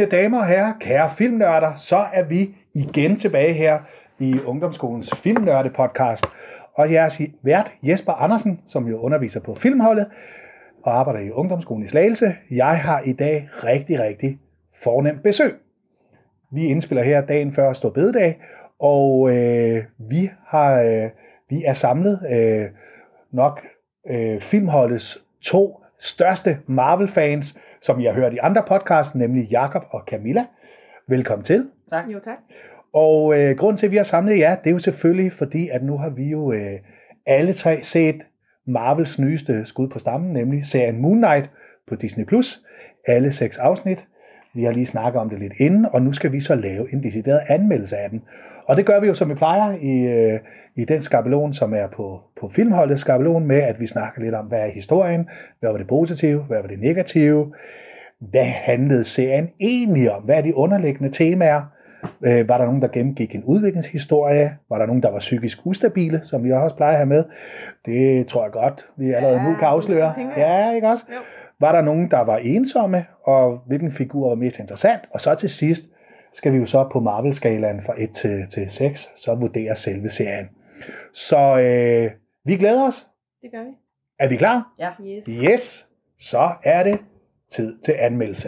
Mine damer og herrer, kære filmnørder, så er vi igen tilbage her i Ungdomsskolens Filmnørde-podcast. Og jeres vært Jesper Andersen, som jo underviser på Filmholdet og arbejder i Ungdomsskolen i Slagelse. Jeg har i dag rigtig fornemt besøg. Vi indspiller her dagen før Store Bededag, og vi er samlet nok Filmholdets 2 største Marvel-fans, som I har hørt i andre podcasts, nemlig Jakob og Camilla. Velkommen til. Tak. Jo, tak. Og grunden til, at vi har samlet jer, det er jo selvfølgelig fordi, at nu har vi jo alle 3 set Marvels nyeste skud på stammen, nemlig serien Moon Knight på Disney+. Alle 6 afsnit. Vi har lige snakket om det lidt inden, og nu skal vi så lave en decideret anmeldelse af den. Og det gør vi jo, som vi plejer, i den skabelon, som er på Filmholdets skabelon, med at vi snakker lidt om, hvad er historien, hvad var det positive, hvad var det negative, hvad handlede serien egentlig om, hvad er de underliggende temaer, var der nogen, der gennemgik en udviklingshistorie, var der nogen, der var psykisk ustabile, som vi også plejer at have med, det tror jeg godt, vi allerede nu kan afsløre. Ja, ikke også? Jo. Var der nogen, der var ensomme, og hvilken figur var mest interessant, og så til sidst skal vi jo så på Marvel-skalaen fra 1 til 6, så vurdere selve serien. Så vi glæder os. Det gør vi. Er vi klar? Ja. Yes. Så er det tid til anmeldelse.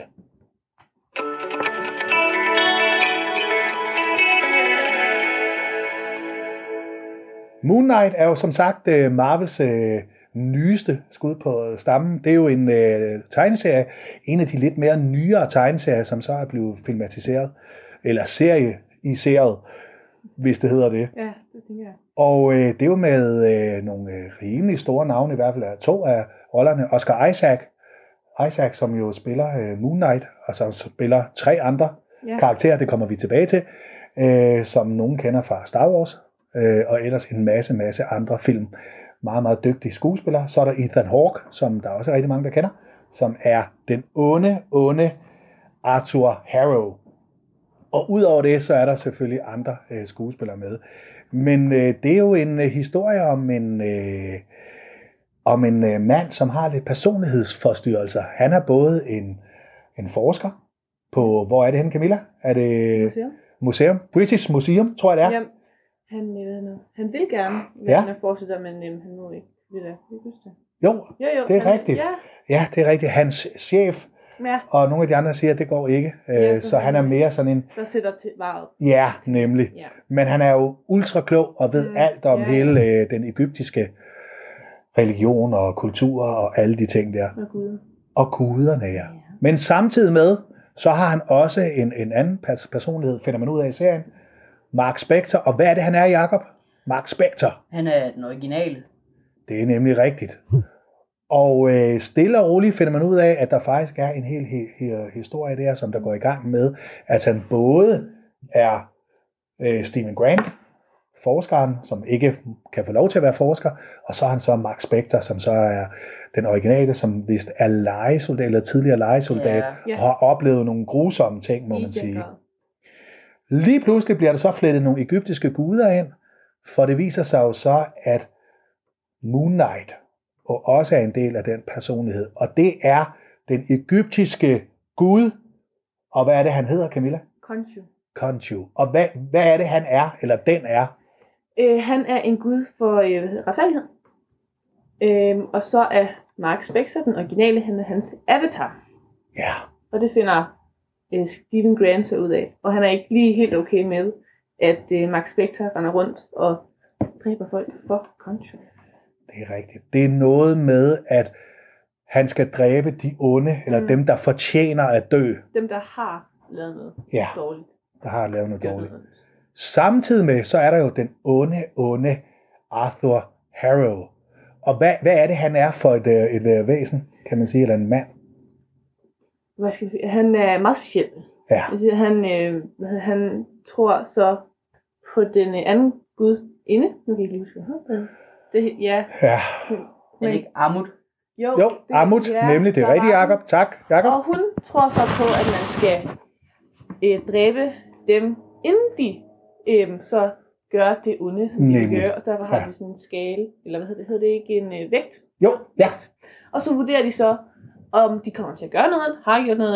Moon Knight er jo som sagt Marvels nyeste skud på stammen. Det er jo en tegneserie, en af de lidt mere nyere tegneserier, som så er blevet filmatiseret, eller seriiseret, hvis det hedder det. Ja, det tænker jeg. Og det er jo med nogle rimelig store navne, i hvert fald er 2 af rollerne. Oscar Isaac, som jo spiller Moon Knight, og som spiller 3 andre karakterer, det kommer vi tilbage til, som nogen kender fra Star Wars, og ellers en masse andre film. Meget dygtig skuespiller. Så er der Ethan Hawke, som der også er rigtig mange, der kender, som er den onde Arthur Harrow. Og udover det, så er der selvfølgelig andre skuespillere med. Men det er jo en historie om en mand, som har lidt personlighedsforstyrrelser. Han er både en forsker på, hvor er det henne, Camilla? Er det museum? British Museum, tror jeg det er. Jamen, han vil gerne være en forsker, men han må ikke. Vil jeg huske det? Jo, det er rigtigt. Ja, det er rigtigt. Hans chef og nogle af de andre siger, at det går ikke. Så han er mere sådan en... Der sætter til varet. Ja, nemlig. Ja. Men han er jo ultra klog og ved alt om hele den egyptiske religion og kultur og alle de ting der. Og guderne, ja. Men samtidig med, så har han også en anden personlighed, finder man ud af i serien. Mark Spector. Og hvad er det, han er, Jakob? Mark Spector. Han er den originale. Det er nemlig rigtigt. Og stille og roligt finder man ud af, at der faktisk er en hel historie der, som der går i gang med, at han både er Stephen Grant, forskeren, som ikke kan få lov til at være forsker, og så er han så Mark Spector, som så er den originale, som vist er lejesoldat, eller tidligere lejesoldat, og har oplevet nogle grusomme ting, må man sige. Lige pludselig bliver der så flettet nogle egyptiske guder ind, for det viser sig jo så, at Moon Knight og også er en del af den personlighed. Og det er den egyptiske gud. Og hvad er det, han hedder, Camilla? Khonshu. Og hvad er det, han er, eller den er? Han er en gud for retfærdighed. Og så er Mark Spector, den originale, han er hans avatar. Ja. Og det finder Stephen Grant så ud af. Og han er ikke lige helt okay med, at Mark Spector render rundt og dræber folk for Khonshu. Det er rigtigt. Det er noget med, at han skal dræbe de onde, eller dem, der fortjener at dø. Dem, der har lavet noget dårligt. Der har lavet noget dårligt. Samtidig med, så er der jo den onde Arthur Harrow. Og hvad er det, han er for et væsen, kan man sige, eller en mand? Hvad skal vi sige? Han er meget speciel. Ja. Han tror så på den anden gud inde. Nu kan jeg ikke huske, Ja. Er det ikke Amut? Jo, Amut, nemlig. Det er rigtigt, Jakob. Tak, Jakob. Og hun tror så på, at man skal dræbe dem, inden de så gør det onde, som de gør. Og derfor har de sådan en skala, eller hvad hedder det ikke en vægt? Jo, ja. Og så vurderer de så, om de kommer til at gøre noget, har gjort noget,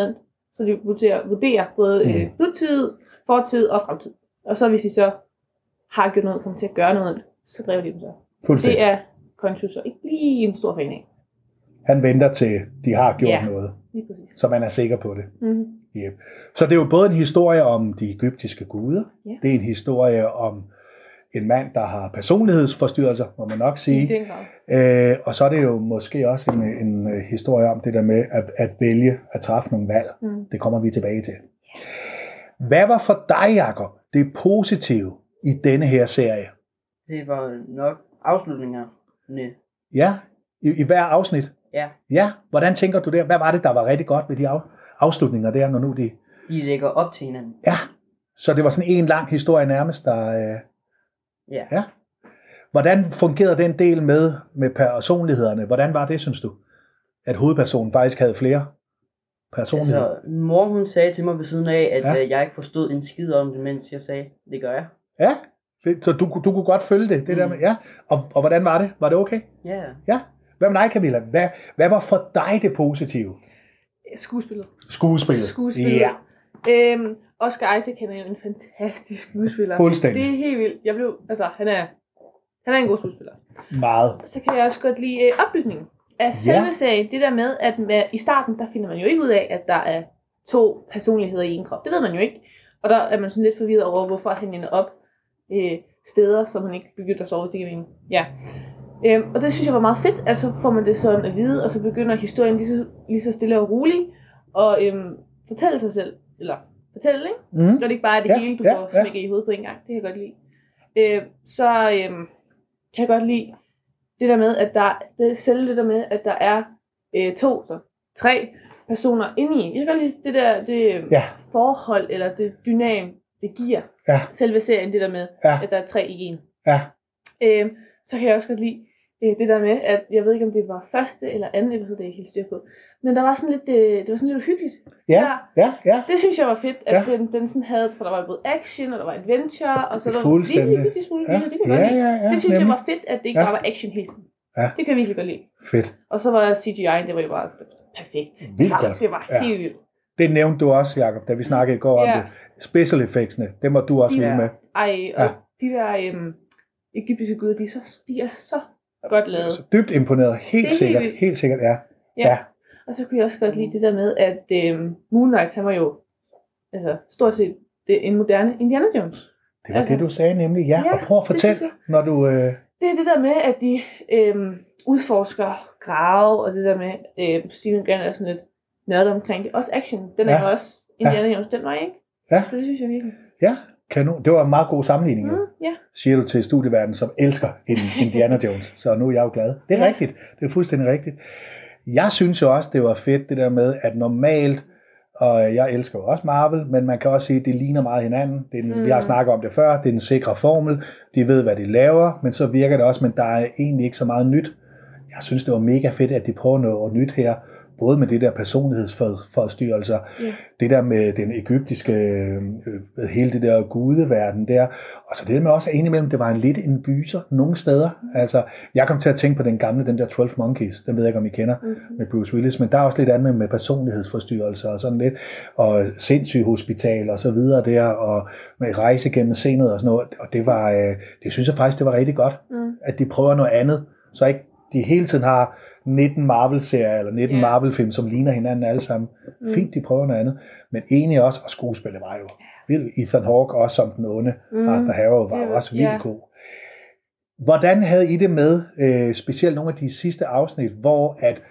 Så de vurderer både nutid, fortid og fremtid. Og så hvis de så har gjort noget, kommer til at gøre noget, så driver de dem så. Det er Conscious så ikke lige en stor fan af. Han venter til, de har gjort noget, så man er sikker på det. Mm-hmm. Yep. Så det er jo både en historie om de egyptiske guder, det er en historie om en mand, der har personlighedsforstyrrelser, må man nok sige. Og så er det jo måske også en historie om det der med at vælge at træffe nogle valg. Det kommer vi tilbage til. Hvad var for dig, Jakob, det positive i denne her serie? Det var nok afslutningerne. Ja, i hver afsnit? Ja. Ja, hvordan tænker du der? Hvad var det, der var rigtig godt ved de afslutninger der, når nu de... De lægger op til hinanden. Ja, så det var sådan en lang historie nærmest, der... Ja. Hvordan fungerede den del med personlighederne? Hvordan var det, synes du? At hovedpersonen faktisk havde flere personligheder? Altså, mor hun sagde til mig ved siden af, at jeg ikke forstod en skid om det, mens jeg sagde, det gør jeg. Ja, så du kunne godt følge det der med, ja. Og hvordan var det? Var det okay? Ja. Ja. Hvad med dig, Camilla? Hvad var for dig det positive? Skuespillet. Ja. Oscar Isaac, han er jo en fantastisk skuespiller. Fuldstændig. Det er helt vildt. Han er en god skuespiller. Meget. Så kan jeg også godt lide opbygningen af selve serien. Det der med, at i starten, der finder man jo ikke ud af, at der er 2 personligheder i en krop. Det ved man jo ikke. Og der er man sådan lidt forvirret over, hvorfor han ender op steder, som han ikke begynder at sove. Det kan ja. Og det synes jeg var meget fedt, at så får man det sådan at vide, og så begynder historien lige så stille og roligt, og fortælle sig selv, eller fortælle, ikke? Så det ikke bare er det hele, du får smækket i hovedet på en gang. Det kan jeg godt lide. Kan jeg godt lide det der med, at at der er 3 personer inde i. Jeg kan godt lide det forhold, eller det dynam, det giver selve serien, det der med, at der er 3 i en. Ja. Så kan jeg også godt lide det der med, at jeg ved ikke, om det var første eller anden episode, det er ikke helt styr på. Men der var sådan lidt, det var sådan lidt uhyggeligt. Ja. Det synes jeg var fedt, at den sådan havde, for der var både action, og der var adventure, og så der var lige smule det kan jeg godt lide. Det synes jeg var fedt, at det ikke bare var action hele tiden. Ja. Det kan jeg virkelig godt lide. Fedt. Og så var CGI, det var jo bare perfekt. Vildt godt. Det var helt vildt. Det nævnte du også, Jakob, da vi snakkede i går om det. Special effectsene, dem var du også vild med. Og de der egyptiske guder, de er så godt lavet. Så dybt imponeret, helt sikkert, ja. Og så kunne jeg også godt lide det der med, at Moon Knight, han var jo stort set en moderne Indiana Jones. Det var det, du sagde nemlig, og prøv at fortælle, når du... Det er det der med, at de udforsker grave, og det der med, Stephen Grant er sådan lidt nørdet omkring det. Også action, den er jo også Indiana Jones, den var ikke? Ja. Så det synes jeg virkelig. Ja, kanon. Det var en meget god sammenligning, siger du til studieverdenen, som elsker Indiana Jones. Så nu er jeg jo glad. Det er rigtigt. Det er fuldstændig rigtigt. Jeg synes jo også, det var fedt, det der med, at normalt, og jeg elsker jo også Marvel, men man kan også sige, at det ligner meget hinanden. Vi har snakket om det før, det er den sikre formel. De ved, hvad de laver, men så virker det også, men der er egentlig ikke så meget nyt. Jeg synes, det var mega fedt, at de prøver noget nyt her. Både med det der personlighedsforstyrrelser, det der med den egyptiske, hele det der gudeverden der, og så det der med også indimellem, det var lidt en gyser nogle steder. Altså, jeg kom til at tænke på den der 12 Monkeys, den ved jeg ikke, om I kender, med Bruce Willis, men der er også lidt andet med personlighedsforstyrrelser og sådan lidt, og sindssyge hospital og så videre der, og med rejse gennem scenet og sådan noget, og det synes jeg faktisk, det var rigtig godt, at de prøver noget andet, så ikke de hele tiden har 19 Marvel-serier eller 19 Marvel-film, som ligner hinanden alle sammen. Fint, de prøver noget andet. Men egentlig også, og skuespillet var jo vildt. Ethan Hawke også som den onde. Arthur Harrow var jo også vildt god. Hvordan havde I det med, specielt nogle af de sidste afsnit, hvor at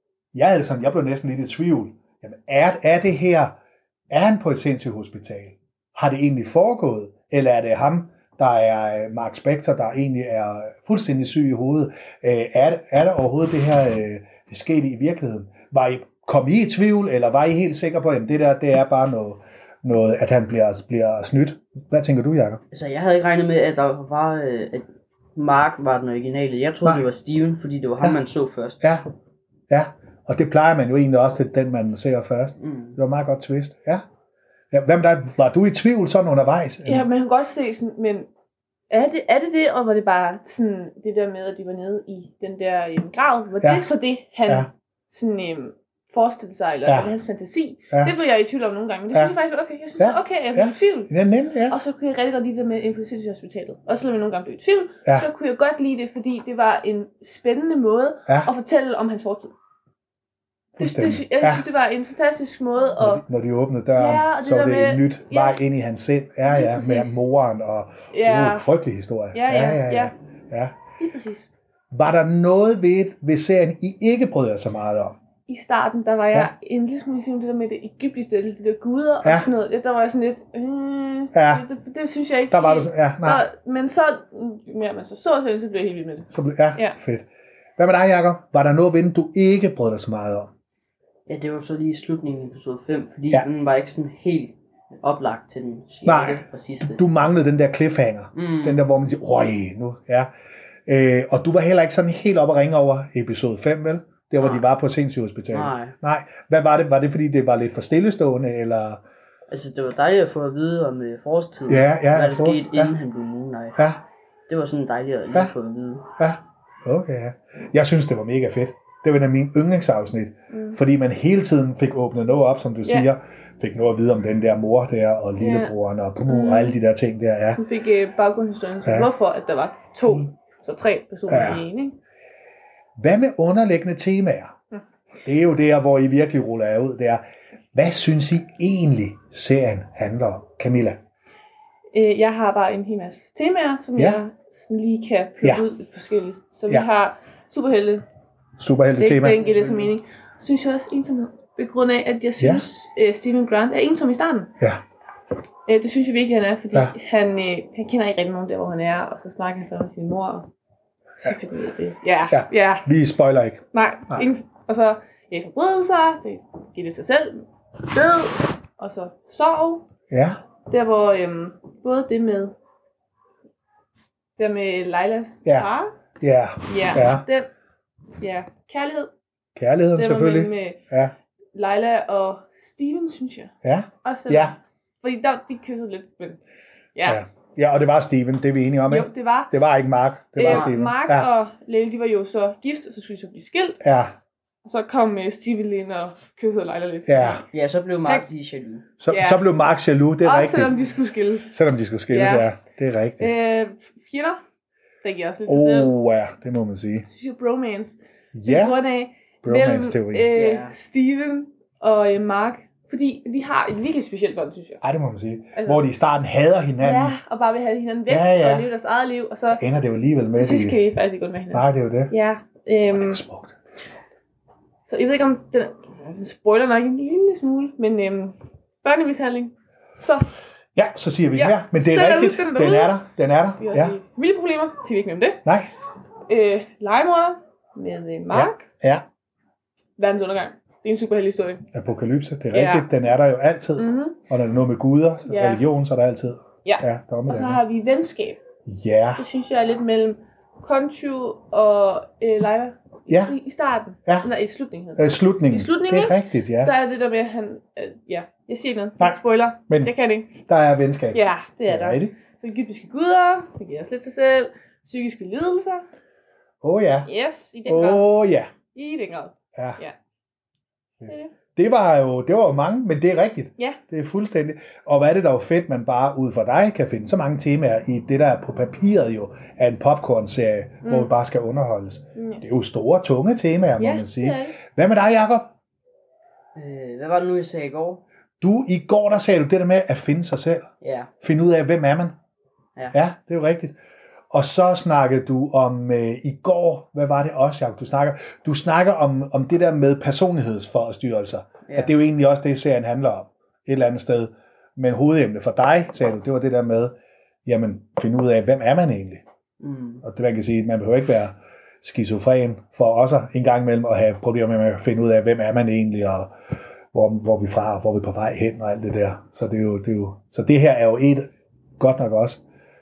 jeg blev næsten lidt i tvivl. Jamen, er det her, er han på et sindssygt hospital? Har det egentlig foregået? Eller er det ham, der er Mark Spector, der egentlig er fuldstændig syg i hovedet? Er der overhovedet det her, det skete i virkeligheden? Kom I i tvivl, eller var I helt sikre på, at det der, det er bare noget, at han bliver snydt? Hvad tænker du, Jakob? Altså, jeg havde ikke regnet med, at der var, at Mark var den originale. Jeg troede, det var Steven, fordi det var ham, man så først. Ja, og det plejer man jo egentlig også til den, man ser først. Det var meget godt twist, Ja, hvad med dig? Var du i tvivl sådan undervejs? Ja, man kan godt se sådan, men er det, og var det bare sådan, det der med, at de var nede i den der grav, var det så det, han sådan forestille sig, eller er det hans fantasi. Ja. Det blev jeg i tvivl om nogle gange, men det synes jeg faktisk var okay. Jeg synes, det var okay, jeg blev i tvivl. Ja, nemlig, ja. Og så kunne jeg rigtig godt lide det med Impossible Hospitalet. Også selvom jeg nogle gange blev i tvivl, Ja. så kunne jeg godt lide det, fordi det var en spændende måde at fortælle om hans fortid. Jeg synes, det var en fantastisk måde. Når de åbnede døren, så var det en nyt vej ind i hans sind. Ja, med moren og frygtelig historie. Ja. Lige præcis. Var der noget ved serien, I ikke brød jer så meget om? I starten, der var jeg en lille smule det der med det egyptiske, det der guder og sådan noget. Der var jeg sådan lidt, det synes jeg ikke. Der var du sådan, men så, mere man så blev jeg helt vild med det. Så fedt. Hvad med dig, Jacob? Var der noget ved den, du ikke brød dig så meget om? Ja, det var så lige i slutningen af episode 5, fordi den var ikke sådan helt oplagt til den sidste. Du manglede den der cliffhanger. Den der, hvor man siger, nu, og du var heller ikke sådan helt op at ringe over episode 5, vel? Der hvor de var på sindssygehospitalet. Nej. Hvad var det? Var det fordi det var lidt for stillestående, eller? Altså det var dejligt at få at vide om forårstiden. Hvad der skete inden han blev Moon Knight. Ja. Det var sådan dejligt at lige få at vide. Ja. Okay. Jeg synes det var mega fedt. Det var en af mine yndlingsafsnit, fordi man hele tiden fik åbnet noget op, som du siger. Fik noget at vide om den der mor der, og lillebroren, og alle de der ting der. Ja. Du fik baggrundshistorien til, hvorfor at der var 2, så 3 personer i en, ikke? Hvad med underliggende temaer? Det er jo der, hvor I virkelig ruller af ud. Det er, hvad synes I egentlig serien handler om? Camilla? Jeg har bare en hel masse temaer, som jeg sådan lige kan plukke ud lidt forskelligt. Så vi har superhelte tema. Det giver lidt som mening. Så synes jeg også ensomhed. På grund af, at jeg synes, Stephen Grant er ensom i starten. Ja. Det synes jeg virkelig, han er, fordi han kender ikke rigtig nogen der, hvor han er, og så snakker han så med sin mor. Vi spoiler ikke. Nej. Og så forbrydelser, det giver det sig selv, død, og så sorg. Ja. Der hvor både det med Lailas far. Kærligheden selvfølgelig. Med Laila og Steven, synes jeg. Ja. Også fordi de kyssede lidt, men Ja, og det var Steven, det er vi enige om, ikke? Jo, det var. Det var ikke Mark, det var Steven. Mark og Lily, de var jo så gift, og så skulle de så blive skilt. Ja. Og så kom Steven ind og kyssede Laila lidt. Ja, så blev Mark lige jaloux. Så blev Mark jaloux, det er rigtigt. Også selvom de skulle skilles. Det er rigtigt. Fjender, der giver også lidt til selv. Ja, det må man sige. Synes jeg, bromance. Ja, bromance-teori. Steven og Mark. Fordi vi har et virkelig specielt bånd, synes jeg. Ej, det må man sige. Altså, hvor de i starten hader hinanden. Ja, og bare vil have hinanden væk, og leve deres eget liv. Og så ender det jo alligevel med det. Sidst kan I faktisk ikke gå med hinanden. Nej, det er jo det. Ja. Og det er smukt. Så jeg ved ikke om den spoiler nok en lille smule, men børnemishandling. Så siger vi ikke mere. Men det er rigtigt. Den er der. Vi har vilde problemer, så siger vi ikke mere om det. Nej. Legemorder med Mark. Ja. Verdens undergang. Det er en superheldig historie. Apokalypse, det er rigtigt. Den er der jo altid. Og når det er noget med guder, religion, så er der altid. Og så har vi venskab. Ja. Det synes jeg er lidt mellem Khonshu og Laila. I starten. Nej, i slutningen. Slutningen. Det er rigtigt, Der er det der med, at han... jeg siger ikke noget. Nej. Spoiler. Men jeg kan ikke. Der er venskab. Ja, det er der. Rigtigt. Så egyptiske guder. Det giver os lidt sig selv. Psykiske lidelser. Yes, i den grad. I den grad. Ja. Det var jo mange, men det er rigtigt. Ja. Det er fuldstændig. Og hvad er det der jo fedt, man bare ud fra dig kan finde så mange temaer i det, der er på papiret jo er en popcorn-serie, hvor vi bare skal underholdes. Det er jo store, tunge temaer, må man sige. Hvad med dig, Jacob? Hvad var det nu, jeg sagde i går? I går, der sagde du det der med at finde sig selv. Ja. Finde ud af, hvem er man. Ja, det er jo rigtigt. Og så snakkede du om i går, hvad var det også, Jacob? Du snakker om det der med personlighedsforstyrrelser. At det er jo egentlig også det, serien handler om. Et eller andet sted. Men hovedemne for dig, sagde du, det var det der med, jamen, finde ud af, hvem er man egentlig? Og det man kan sige, man behøver ikke være skizofren for også en gang imellem at have problemer med at finde ud af, hvem er man egentlig, og hvor vi fra, og hvor vi på vej hen, og alt det der. Så det er jo så det her er jo godt nok også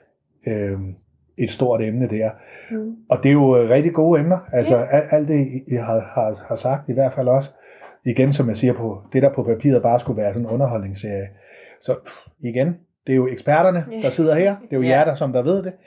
et stort emne der. Og det er jo rigtig gode emner. Altså alt det, I har sagt, i hvert fald også. Igen, som jeg siger, på det der på papiret bare skulle være sådan en underholdningsserie. Så igen, det er jo eksperterne, der sidder her. Det er jo jer, der, som der ved det.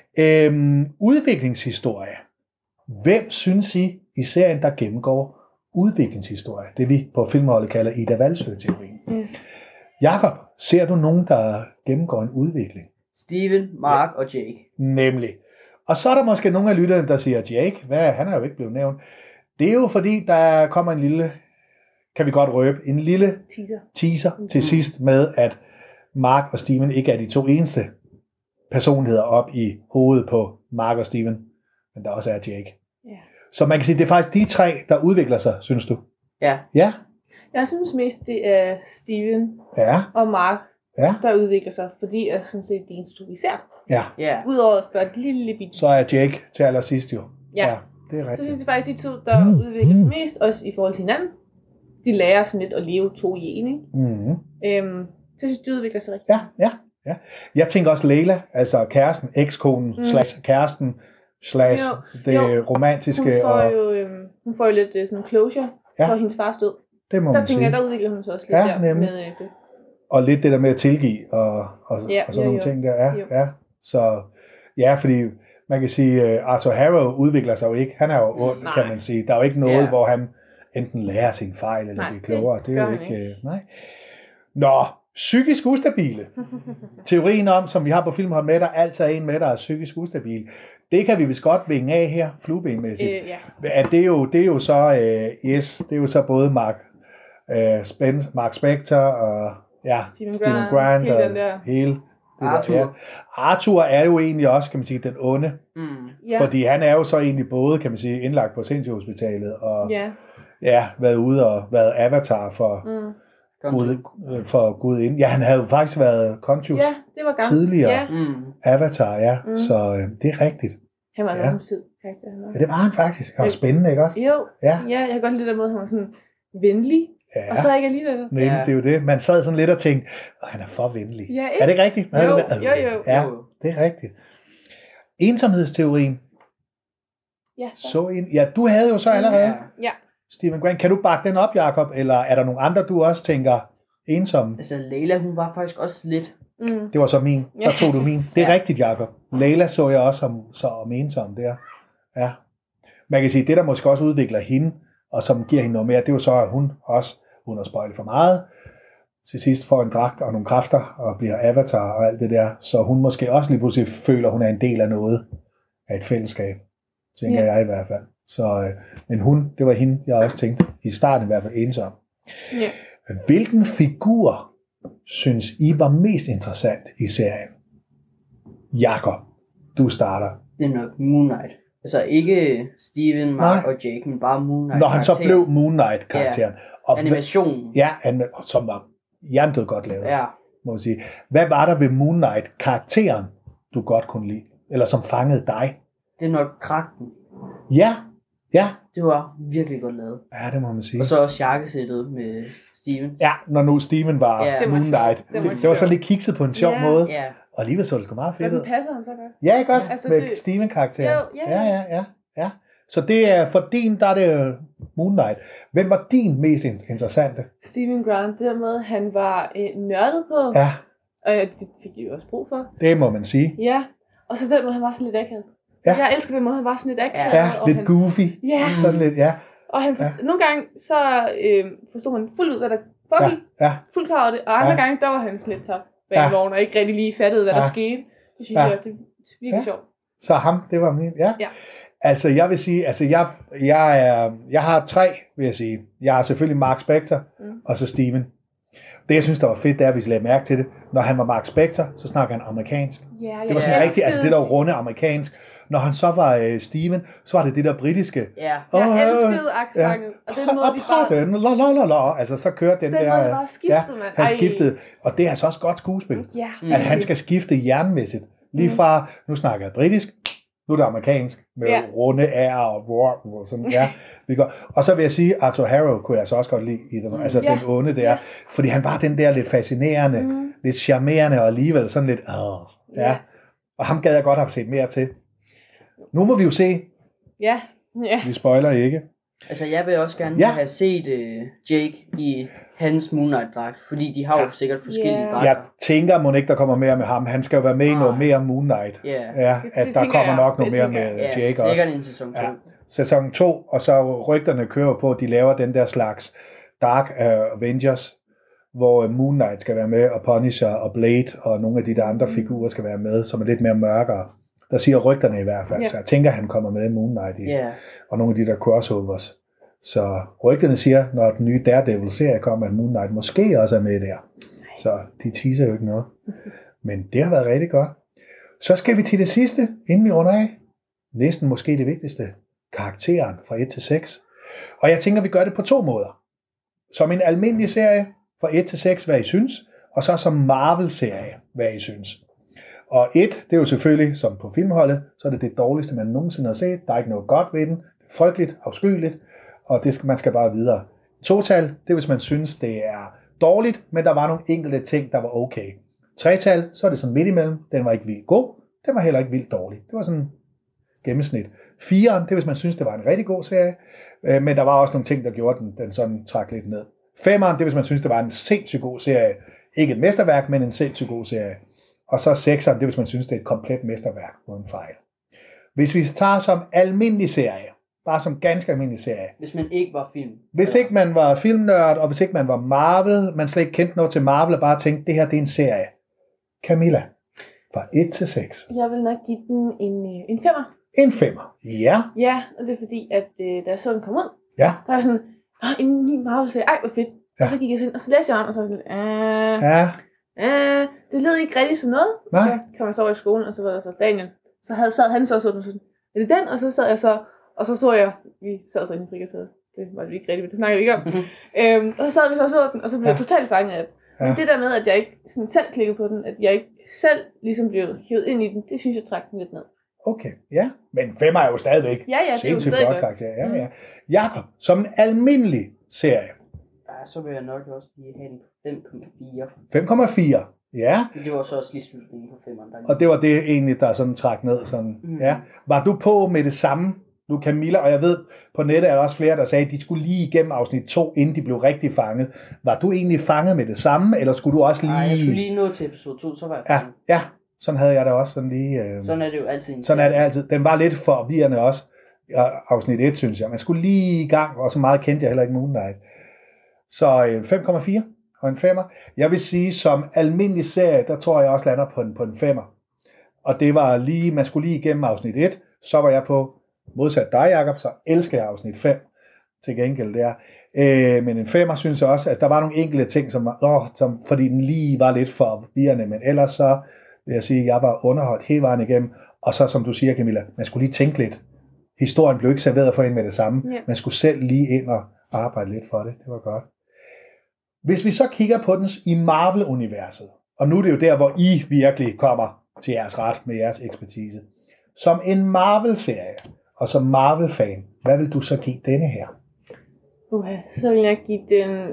Udviklingshistorie. Hvem synes I serien, der gennemgår udviklingshistorie. Det vi på filmholdet kalder Ida Walsø-teorien. Jakob, ser du nogen, der gennemgår en udvikling? Steven, Mark og Jake. Nemlig. Og så er der måske nogle af lytterne, der siger, Jake, han er jo ikke blevet nævnt. Det er jo fordi, der kommer en lille, kan vi godt røbe, en lille teaser til sidst med, at Mark og Steven ikke er de to eneste personligheder op i hovedet på Mark og Steven, men der også er Jake. Ja. Så man kan sige, det er faktisk de tre, der udvikler sig, synes du? Ja. Ja? Jeg synes mest, det er Steven Ja. og Mark, Ja. der udvikler sig, fordi jeg synes, det er de eneste, vi ser. Ja. Ja. Udover for et lille bit. Så er Jake til allersidst jo. Ja. Det er Så rigtigt. synes jeg faktisk, de to, der udvikler sig mest, også i forhold til hinanden, de lærer sådan lidt at leve to i en, ikke? Mm-hmm. Så synes jeg, de udvikler sig rigtig. Ja. Jeg tænker også Leila, altså kæresten, ekskonen, slash kæresten, slash det romantiske. Hun får jo lidt sådan closure for hendes fars død. Det må der man tænker sige. jeg, der udvikler hun sig også lidt der nemlig. med det. Og lidt det der med at tilgive og sådan nogle ting der. Ja. Så ja, fordi man kan sige, Arthur Harrow udvikler sig jo ikke. Han er jo ond, kan man sige. Der er jo ikke noget, hvor han enten lærer sin fejl eller bliver klogere. Det er jo ikke. Nej. Nå, psykisk ustabile. Teorien om, som vi har på filmholdet med, der altid er en med, der er psykisk ustabil. Det kan vi vist godt vinge af her, fluebenmæssigt. At det er jo så, det er jo så både Mark Spector og Steven Grant og hele Arthur. Der. Arthur er jo egentlig også, kan man sige, den onde. Fordi han er jo så egentlig både, kan man sige, indlagt på sindssygehospitalet og været ude og været avatar for Gud inden. Ja, han havde jo faktisk været Conscious tidligere avatar, så det er rigtigt. Han var en omstid karakter. Ja, det var han faktisk. Han var spændende, ikke også? Jo, jeg kan godt lide den måde, han var sådan venlig. Ja. Og så ikke alligevel. Nej, det er jo det. Man sad sådan lidt og tænkte, han er for venlig. Ja, er det ikke rigtigt? Jo. Ja, det er rigtigt. Ensomhedsteorien. Ja, du havde jo så allerede. Ja. Steven Grant, kan du bakke den op, Jakob? Eller er der nogle andre, du også tænker ensomme? Altså, Leila, hun var faktisk også lidt. Det var så min. Der tog du min. Det er rigtigt, Jakob. Leila så jeg også om ensom der. Ja. Man kan sige, det der måske også udvikler hende, og som giver hende noget mere, det er jo så, at hun også, uden at spoile for meget, til sidst får en dragt og nogle kræfter, og bliver avatar og alt det der. Så hun måske også lige pludselig føler, at hun er en del af noget, af et fællesskab. Tænker jeg i hvert fald. Så, men det var hende, jeg også tænkte, i starten i hvert fald ensom. Ja. Hvilken figur synes I var mest interessant i serien? Jakob, du starter. Det er nok Moon Knight. Altså ikke Steven, Mark og Jake, men bare Moon Knight. Når han så blev Moon Knight-karakteren. Og animationen. Ja, som var jerndød godt lavet, må man sige. Hvad var der ved Moon Knight-karakteren, du godt kunne lide? Eller som fangede dig? Det er nok kragten. Ja. Det var virkelig godt lavet. Ja, det må man sige. Og så også jakkesættet med Steven. Ja, når nu Steven var Moon Knight. Det var så lidt kikset på en sjov måde. Ja. Og alligevel så det sgu meget fedt ud. Men passer han så godt? Ja, ikke også? Altså, med Steven-karakteren. Ja. Så det er for din, der er det Moon Knight. Hvem var din mest interessante? Steven Grant, det der måde, han var nørdet på. Ja. Og det fik jeg jo også brug for. Det må man sige. Ja, og så den måde, han var sådan lidt akavet. Ja. Jeg elsker den måde, han var sådan lidt akavet. Ja, lidt goofy. Ja. Sådan lidt, Og han, nogle gange, så forstod han fuldt ud, hvad der foregik. Ja. Fuldt klar over det. Og andre gange, der var han sådan lidt top bag vognen, og ikke rigtig lige fattede, hvad der skete. Det synes jeg, det er virkelig sjovt. Så ham, det var min, ja. Altså, jeg vil sige, jeg har 3, vil jeg sige. Jeg har selvfølgelig Mark Spector, og så Steven. Det, jeg synes, der var fedt, det er, hvis I lagde mærke til det. Når han var Mark Spector, så snakker han amerikansk. Det var sådan rigtigt, altså det der runde amerikansk. Når han så var Steven, så var det der britiske. Ja, jeg elskede accenten. Og den måde, de bare... Altså, så kørte den der... Den måde, bare skiftede, mand. Han skiftede. Og det er altså også godt skuespil. At han skal skifte hjernmæssigt. Lige fra, nu snakker jeg britisk, nu er det amerikansk, med runde R og sådan, Og så vil jeg sige, Arthur Harrow kunne jeg så også godt lide i den, altså den onde der, fordi han var den der lidt fascinerende, lidt charmerende, og alligevel sådan lidt, og ham gad jeg godt have set mere til. Nu må vi jo se. Ja. Vi spoiler ikke. Altså, jeg vil også gerne have set Jake i hans Moon Knight-dragt, fordi de har jo sikkert forskellige dragter. Jeg tænker, må ikke der kommer mere med ham. Han skal jo være med i noget mere Moon Knight. At der kommer nok noget mere med Jake også. Sikkert en sæson 2. sæson 2, og så rygterne kører på, at de laver den der slags Dark Avengers, hvor Moon Knight skal være med, og Punisher og Blade, og nogle af de der andre figurer skal være med, som er lidt mere mørkere. Der siger rygterne i hvert fald, så jeg tænker, han kommer med i Moon Knight i, og nogle af de der crossovers. Så rygterne siger, når den nye Daredevil-serie kommer, at Moon Knight måske også er med der. Så de teaser jo ikke noget. Men det har været rigtig godt. Så skal vi til det sidste, inden vi runder af. Næsten måske det vigtigste. Karakteren fra 1 til 6. Og jeg tænker, vi gør det på 2 måder. Som en almindelig serie fra 1 til 6, hvad I synes. Og så som Marvel-serie, hvad I synes. Og 1, det er jo selvfølgelig, som på filmholdet, så er det det dårligste, man nogensinde har set. Der er ikke noget godt ved den. Det er frygteligt, afskyeligt. Og man skal bare videre. 2-tal, det er hvis man synes, det er dårligt, men der var nogle enkelte ting, der var okay. 3-tal, så er det sådan midt imellem. Den var ikke vildt god. Den var heller ikke vildt dårlig. Det var sådan gennemsnit. 4'eren, det er hvis man synes, det var en rigtig god serie. Men der var også nogle ting, der gjorde den sådan trak lidt ned. 5'eren, det er hvis man synes, det var en sindssygt god serie. Ikke et mesterværk, men en sindssygt god serie. Og så 6'eren, det er hvis man synes, det er et komplet mesterværk uden fejl. Hvis vi tager som almindelig serie, bare som ganske almindelig serie. Hvis man ikke var film. Hvis ikke man var filmnørd, og hvis ikke man var Marvel, man slet ikke kendte noget til Marvel, og bare tænkte, det her det er en serie. Camilla, fra 1 til 6. Jeg vil nok give den en 5'er. En 5'er, ja. Ja, og det er fordi, at da jeg så den kom ud, Ja. der var sådan, en ny Marvel-serie, ej hvor fedt. Ja. Og så gik jeg ind, og så læste jeg om, og så var jeg sådan, Ja. det lød ikke rigtig som noget. Nej. Så kom jeg så over i skolen, og så var der så Daniel. Så sad han så sådan, er det den? Og så sad jeg så, og så jeg, vi sad så inde i frikvarteret. Det var det ikke rigtigt, det snakker vi ikke om. Og så sad vi så den, og så blev jeg totalt fanget af det. Men det der med, at jeg ikke sådan selv klikkede på den, at jeg ikke selv ligesom blev hivet ind i den, det synes jeg trak den lidt ned. Okay, ja. Men 5'er er jo stadigvæk det er jo sindssygt stadig flot karakter. Ja, ja. Jakob, som en almindelig serie. Ja, så vil jeg nok også lige have den 5,4. 5,4. Ja. Det var så også lige slutningen på 5'eren. Og det var det egentlig, der sådan trak ned. Sådan. Ja. Var du på med det samme, nu Camilla, og jeg ved, på nettet er der også flere, der sagde, at de skulle lige igennem afsnit 2, inden de blev rigtig fanget. Var du egentlig fanget med det samme, eller skulle du også lige... Nej, jeg skulle lige nå til episode 2, så var jeg fanget. Ja, sådan havde jeg da også sådan lige... Sådan er det jo altid. Sådan er det altid. Den var lidt forvirrende også, afsnit 1, synes jeg. Man skulle lige i gang, og så meget kendte jeg heller ikke Moon Knight. Så 5,4 og en 5'er. Jeg vil sige, som almindelig serie, der tror jeg også lander på en 5'er. Og det var lige, man skulle lige igennem afsnit 1, så var jeg på, modsat dig, Jacob, så elsker jeg afsnit 5 til gengæld der. Men en 5'er synes jeg også, at der var nogle enkelte ting, som fordi den lige var lidt for forvirrende, men ellers så vil jeg sige, at jeg var underholdt hele vejen igennem, og så som du siger, Camilla, man skulle lige tænke lidt. Historien blev ikke serveret for en med det samme. Ja. Man skulle selv lige ind og arbejde lidt for det. Det var godt. Hvis vi så kigger på den i Marvel-universet, og nu er det jo der, hvor I virkelig kommer til jeres ret med jeres ekspertise. Som en Marvel-serie, og som Marvel-fan, hvad vil du så give denne her? Så vil jeg give den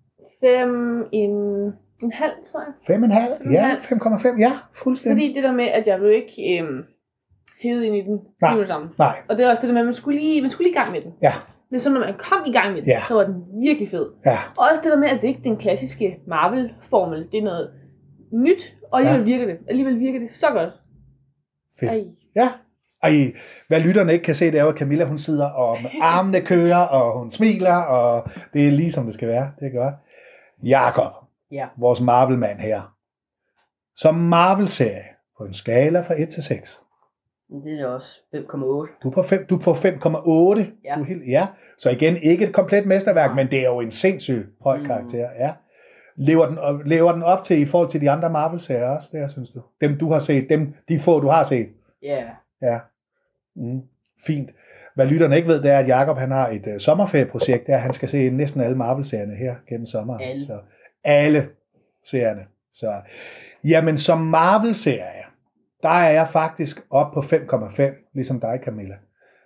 5,5, tror jeg. 5,5? Ja, 5,5, ja, fuldstændig. Fordi det der med, at jeg blev ikke hævet ind i den lige sammen. Nej. Og det er også det der med, at man skulle lige i gang med den. Ja. Men så når man kom i gang med den, så var den virkelig fed. Ja. Og også det der med, at det ikke er den klassiske Marvel-formel. Det er noget nyt, og alligevel virker det så godt. Fedt. Ej. Ja. Ej, hvad lytterne ikke kan se, det er jo, at Camilla hun sidder og med armene kører, og hun smiler, og det er lige som det skal være. Det er godt. Jakob, vores Marvel-mand her. Som Marvel-serie på en skala fra 1 til 6. Det er også 5,8. Du er på 5,8. Ja. Ja. Så igen, ikke et komplet mesterværk, men det er jo en sindssygt høj karakter. Ja. Lever den op til i forhold til de andre Marvel-serier også, det synes du? Dem du har set, de få du har set? Ja. Fint. Hvad lytterne ikke ved, det er, at Jakob han har et sommerferieprojekt, der han skal se næsten alle Marvel-serierne her gennem sommeren. Alle serierne. Så, jamen som Marvel-serie, der er jeg faktisk op på 5,5, ligesom dig, Camilla.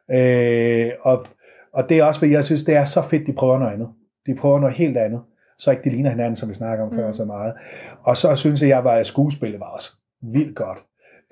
Og det er også, fordi jeg synes, det er så fedt, de prøver noget andet. De prøver noget helt andet, så ikke de ligner hinanden, som vi snakker om før så meget. Og så synes jeg, at skuespillet var også vildt godt.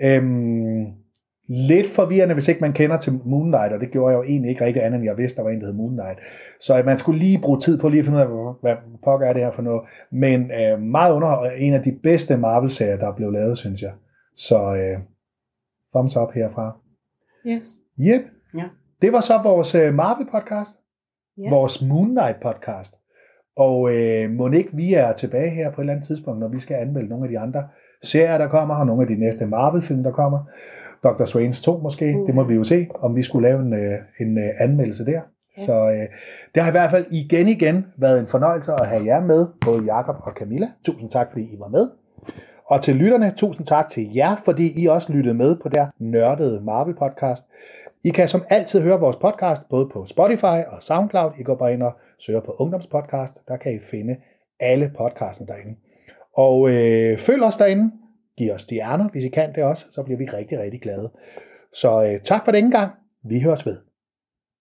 Lidt forvirrende, hvis ikke man kender til Moon Knight, og det gjorde jeg jo egentlig ikke rigtig andet, end jeg vidste, der var en, der hed Moon Knight. Så man skulle lige bruge tid på lige at finde ud af, hvad pokker er det her for noget. Men meget underholdende, en af de bedste Marvel-serier, der er blevet lavet, synes jeg. Så thumbs up herfra. Yes. Yep. Ja. det var så vores Marvel-podcast. Ja. Vores Moon Knight-podcast. Og må ikke vi er tilbage her på et eller andet tidspunkt, når vi skal anmelde nogle af de andre serier, der kommer, og nogle af de næste Marvel-film, der kommer. Dr. Strange 2 måske, det må vi jo se, om vi skulle lave en anmeldelse der. Ja. Så det har i hvert fald igen været en fornøjelse at have jer med, både Jakob og Camilla. Tusind tak, fordi I var med. Og til lytterne, tusind tak til jer, fordi I også lyttede med på der nørdede Marvel-podcast. I kan som altid høre vores podcast, både på Spotify og SoundCloud. I går bare ind og søger på Ungdomspodcast. Der kan I finde alle podcasten derinde. Og følg os derinde. Giv os stjerner, hvis I kan det også. Så bliver vi rigtig, rigtig glade. Så tak for denne gang. Vi høres ved.